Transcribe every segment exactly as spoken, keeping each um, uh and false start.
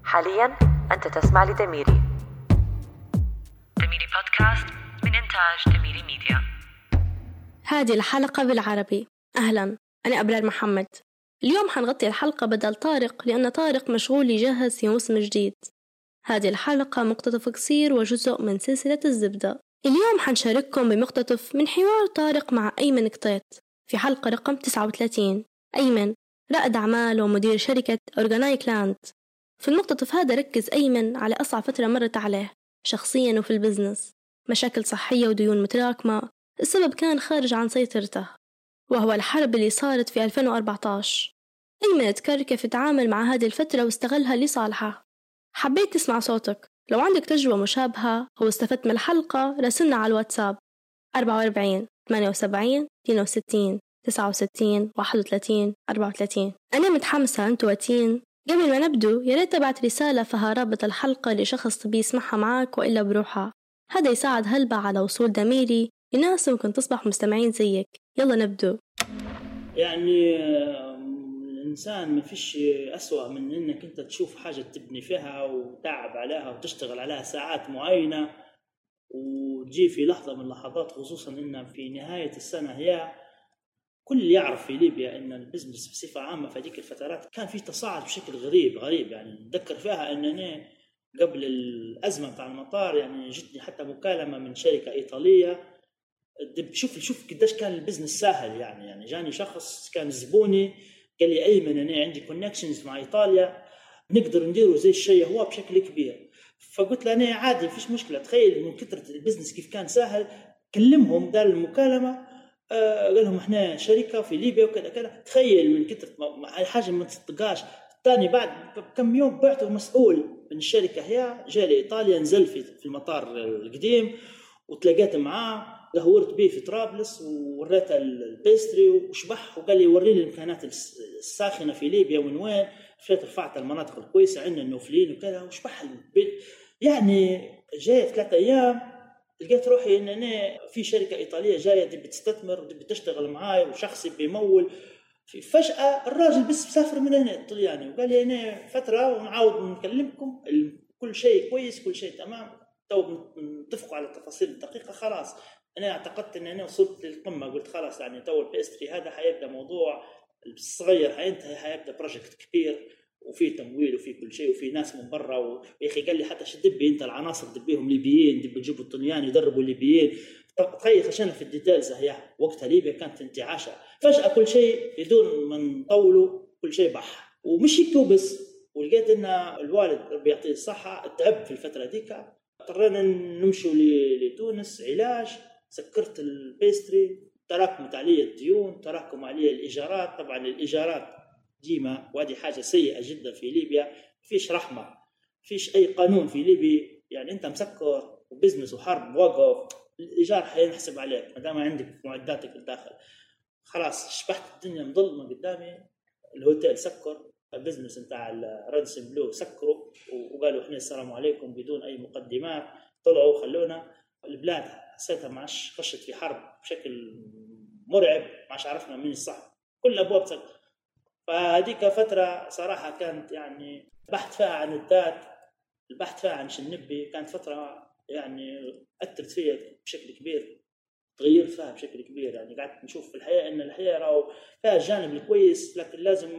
حالياً أنت تسمع لدميري دميري بودكاست من إنتاج دميري ميديا. هذه الحلقة بالعربي. أهلاً، أنا أبرار محمد. اليوم حنغطي الحلقة بدل طارق لأن طارق مشغول يجهز في موسم جديد. هذه الحلقة مقتطف قصير وجزء من سلسلة الزبدة. اليوم حنشارككم بمقتطف من حوار طارق مع أيمن قطيط في حلقة رقم تسعة وثلاثين. أيمن رائد أعمال ومدير شركة أورغانايك لاند. في المقتطف هذا ركز أيمن على أصعب فترة مرت عليه شخصياً وفي البزنس، مشاكل صحية وديون متراكمة. السبب كان خارج عن سيطرته، وهو الحرب اللي صارت في ألفين وأربعة عشر. أيمن تكرر كيف يتعامل مع هذه الفترة واستغلها لصالحه. حبيت تسمع صوتك؟ لو عندك تجربة مشابهة أو استفدت من الحلقة راسلنا على الواتساب أربعة وأربعين ثمانية وسبعين اثنين وستين تسعة وستين واحد وثلاثين أربعة وثلاثين. أنا متحمسة أنت وتين. قبل ما نبدو يا ريت تبعت رسالة فيها رابط الحلقة لشخص تبي يسمعها معك وإلا بروحها. هذا يساعد هلبة على وصول دميري لناس ممكن تصبح مستمعين زيك. يلا نبدو. يعني الإنسان ما فيش أسوأ من إنك أنت تشوف حاجة تبني فيها وتعب عليها وتشتغل عليها ساعات معينة وتجي في لحظة من اللحظات، خصوصا إن في نهاية السنة هي كل يعرف في ليبيا إن البزنس بصفة عامة في هذيك الفترات كان في تصاعد بشكل غريب غريب يعني نذكر فيها أنني قبل الأزمة بتاع المطار يعني جتني حتى مكالمة من شركة إيطالية. شوف شوف قديش كان البزنس سهل يعني يعني جاني شخص كان زبوني قال لي أيمن أنا عندي كونكشنز مع إيطاليا نقدر نديره زي الشيء هو بشكل كبير. فقلت له أنا عادي فيش مشكلة. تخيل من كثرة البزنس كيف كان سهل. كلمهم دار المكالمة آه قال لهم احنا شركة في ليبيا وكذا كذا. تخيل من كثرة حاجة ما تصدقاش. الثاني بعد كم يوم بعته مسؤول من الشركة هي جاء لإيطاليا نزل في في المطار القديم وتلاقيت معاه دهورت به في طرابلس ووريته البيستري وشبح وقال لي وريني الامكانيات الساخنه في ليبيا ومن وين. فيت رفعت المناطق الكويسه عندنا النوفلين وكذا وشبح البيت. يعني جاي ثلاثة ايام لقيت روحي ان انا في شركه ايطاليه جايه تبي تستثمر وتبي تشتغل معاي وشخصي بيمول. في فجاه الراجل بس مسافر من هنا الطلياني وقال لي انا فتره ونعاود نكلمكم كل شيء كويس كل شيء تمام تو نتفقوا على التفاصيل الدقيقه. خلاص أنا اعتقدت أن أنا وصلت للقمة. قلت خلاص يعني تو البيستري هذا حيبدأ موضوع الصغير حينتهي حيبدأ بروجكت كبير وفي تمويل وفي كل شيء وفي ناس من برا. ويخي قال لي حتى شدبي أنت العناصر دبيهم ليبيين دب تجيبوا الطليان يدربوا ليبيين. تخيل خشينا في الديتيلز هي وقتها ليبيا كانت انتعاشة فجأة كل شيء بدون ما نطوله كل شيء بح ومش هيك بس. ولقيت أن الوالد بيعطيه الصحة تعب في الفترة ديك اضطرينا نمشوا لتونس علاج. سكرت البيستري تراكمت علي الديون تراكم علي الإيجارات. طبعا الإيجارات ديما وهذه حاجة سيئة جدا في ليبيا. فيش رحمة فيش أي قانون في ليبيا. يعني أنت مسكر وبزنس وحرب وقف الإيجار حينحسب عليك ما دام عندك معداتك الداخل. خلاص شبحت الدنيا مظلمة قدامي. الهوتيل سكر البزنس نتاع الرانسم بلو سكروا وقالوا إحنا السلام عليكم بدون أي مقدمات. طلعوا خلونا البلاد حسيتها معش خشت في حرب بشكل مرعب. معش عرفنا مين الصح كل أبواب سكر. فهذيك فترة صراحة كانت يعني البحث فيها عن الذات البحث فيها عن شنبي كانت فترة يعني أثرت فيها بشكل كبير تغيرت فيها بشكل كبير. يعني قعدت نشوف في الحياة إن الحياة راو فيها الجانب الكويس لكن لازم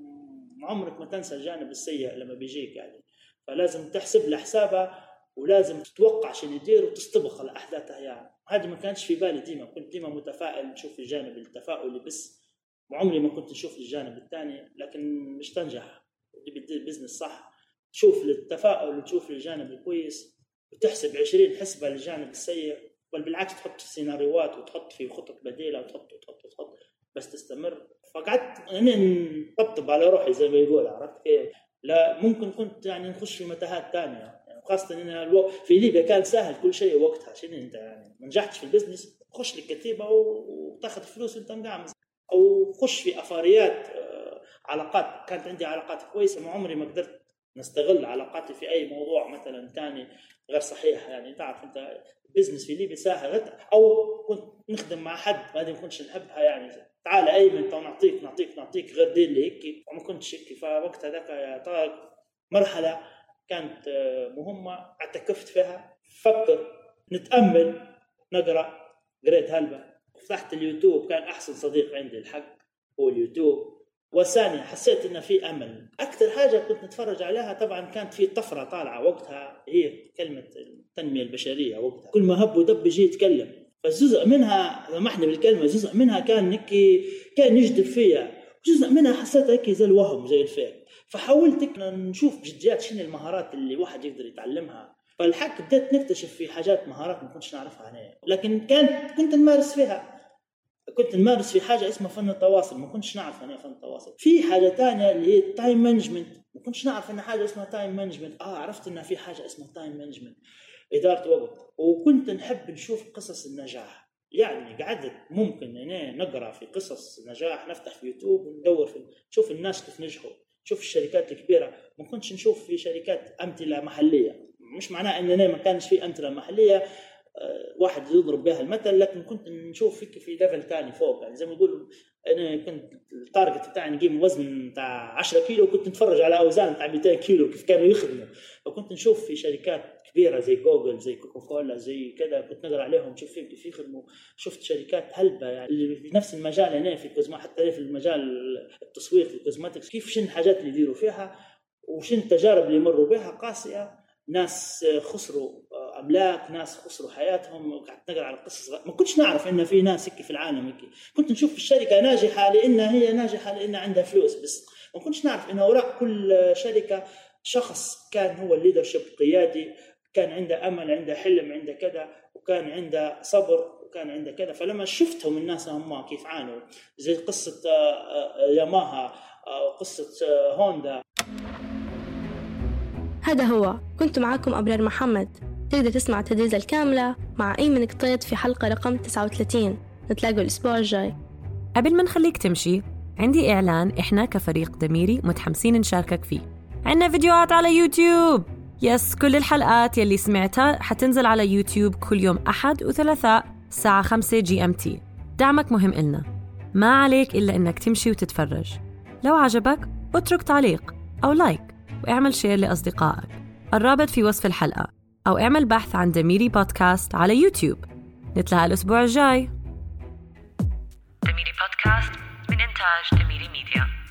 عمرك ما تنسى الجانب السيء لما بيجيك يعني. فلازم تحسب له حسابها ولازم تتوقع شو يدير وتستبق على أحداثها يعني. هذا ما كانش في بالي ديما. كنت ديما متفائل نشوف الجانب التفاؤلي بس وعمري ما كنت نشوف الجانب الثاني. لكن مش تنجح اللي بتدير بزنس صح تشوف للتفاؤل وتشوف الجانب الكويس وتحسب عشرين حسبة للجانب السيء. بل بالعكس تحط سيناريوهات وتحط في خطط بديلة وتحط وتحط وتحط بس تستمر. فقعدت أنا نطبطب على روحي زي ما يقول عرفت كيف. لا ممكن كنت يعني نخش في متاهات تانية يعني خاصة إن الو... في ليبيا كان سهل كل شيء وقتها. عشان أنت يعني ما نجحتش في البزنس خش للكتيبة وتاخذ فلوس وأنت مقعمز أو خش في أفاريات علاقات. كانت عندي علاقات كويسة ما عمري ما قدرت نستغل علاقاتي في أي موضوع مثلا تاني غير صحيح. يعني تعرف أنت بزنس في ليبيا سهل أو كنت نخدم مع حد هذه ما كنتش نحبها يعني تعال أيمن تو نعطيك نعطيك نعطيك غير دين لي هيك وما كنتش هيك. فوقت هذاك يا طارق مرحلة كانت مهمة اعتكفت فيها، فكر نتأمل نقرأ، قريت هلبة، فتحت اليوتيوب، كان أحسن صديق عندي الحق هو اليوتيوب. وثانيا حسيت إن في أمل. أكثر حاجة كنت نتفرج عليها طبعا كانت في طفرة طالعة وقتها هي كلمة التنمية البشرية. وقتها كل ما هب ودب يجي يتكلم، فجزء منها لمحني بالكلمة، جزء منها كان نكي كان يجذب فيها، جزء منها حسيتها هيك زي الوهم زي الفيك. فحاولت نشوف جديات شنو المهارات اللي واحد يقدر يتعلمها. فالحق بدأت نكتشف في حاجات مهارات ما كنتش نعرفها أنا، لكن كانت كنت نمارس فيها. كنت نمارس في حاجة اسمها فن التواصل، ما كنتش نعرف أنا فن التواصل. في حاجة تانية اللي هي التايم مانجمنت، ما كنتش نعرف أن حاجة اسمها تايم مانجمنت. آه عرفت أن في حاجة اسمها تايم مانجمنت، إدارة وقت. وكنت نحب نشوف قصص النجاح، يعني قعدت ممكن أنا نقرأ في قصص نجاح، نفتح في يوتيوب وندور في نشوف الناس كيف نجحوا، نشوف الشركات الكبيرة. ما كنتش نشوف في شركات أمثلة محلية، مش معناه أننا ما كانش في أمثلة محلية واحد يضرب بها المثل، لكن كنت نشوف فيك في ليفل تاني فوق. يعني زي ما يقولوا أنا كنت التارجت بتاعي نجيب وزن بتاع عشرة كيلو، وكنت نتفرج على أوزان بتاع مئتين كيلو كيف كانوا يخدموا. فكنت نشوف في شركات كبيرة زي جوجل زي كوكاكولا زي كذا، كنت نقرأ عليهم نشوف فيهم كيف يخدموا. شفت شركات هلبة يعني اللي في نفس المجال هنا في الكوزما، حتى في المجال التسويق في الكوزماتكس، كيف شن حاجات اللي يديروا فيها وشن التجارب اللي يمروا بها قاسية. ناس خسروا أملاك، ناس خسروا حياتهم. قعدت نقرأ على قصص ما كنتش نعرف إن في ناس هيك في العالم هيك. كنت نشوف في الشركة ناجحة لأنها هي ناجحة لأنها عندها فلوس بس، ما كنتش نعرف إن وراء كل شركة شخص كان هو الليدرشيب قيادي، كان عنده أمل، عنده حلم، عنده كذا، وكان عنده صبر، وكان عنده كذا. فلما شفتهم الناس هم كيف عانوا، زي قصة ياماها، قصة هوندا. هذا هو، كنت معكم أبرار محمد. تقدر تسمع التدريس الكاملة مع أيمن قطيط في حلقة رقم تسعة وثلاثين. نتلاقوا الأسبوع الجاي. قبل ما نخليك تمشي، عندي إعلان إحنا كفريق دميري متحمسين نشاركك فيه. عندنا فيديوهات على يوتيوب، يس كل الحلقات يلي سمعتها حتنزل على يوتيوب كل يوم أحد وثلاثاء الساعة خمسة جي أم تي. دعمك مهم إلنا، ما عليك إلا إنك تمشي وتتفرج. لو عجبك اترك تعليق أو لايك، واعمل شير لأصدقائك. الرابط في وصف الحلقة، أو اعمل بحث عن دميري بودكاست على يوتيوب. نتلاقى الأسبوع الجاي. دميري بودكاست من إنتاج دميري ميديا.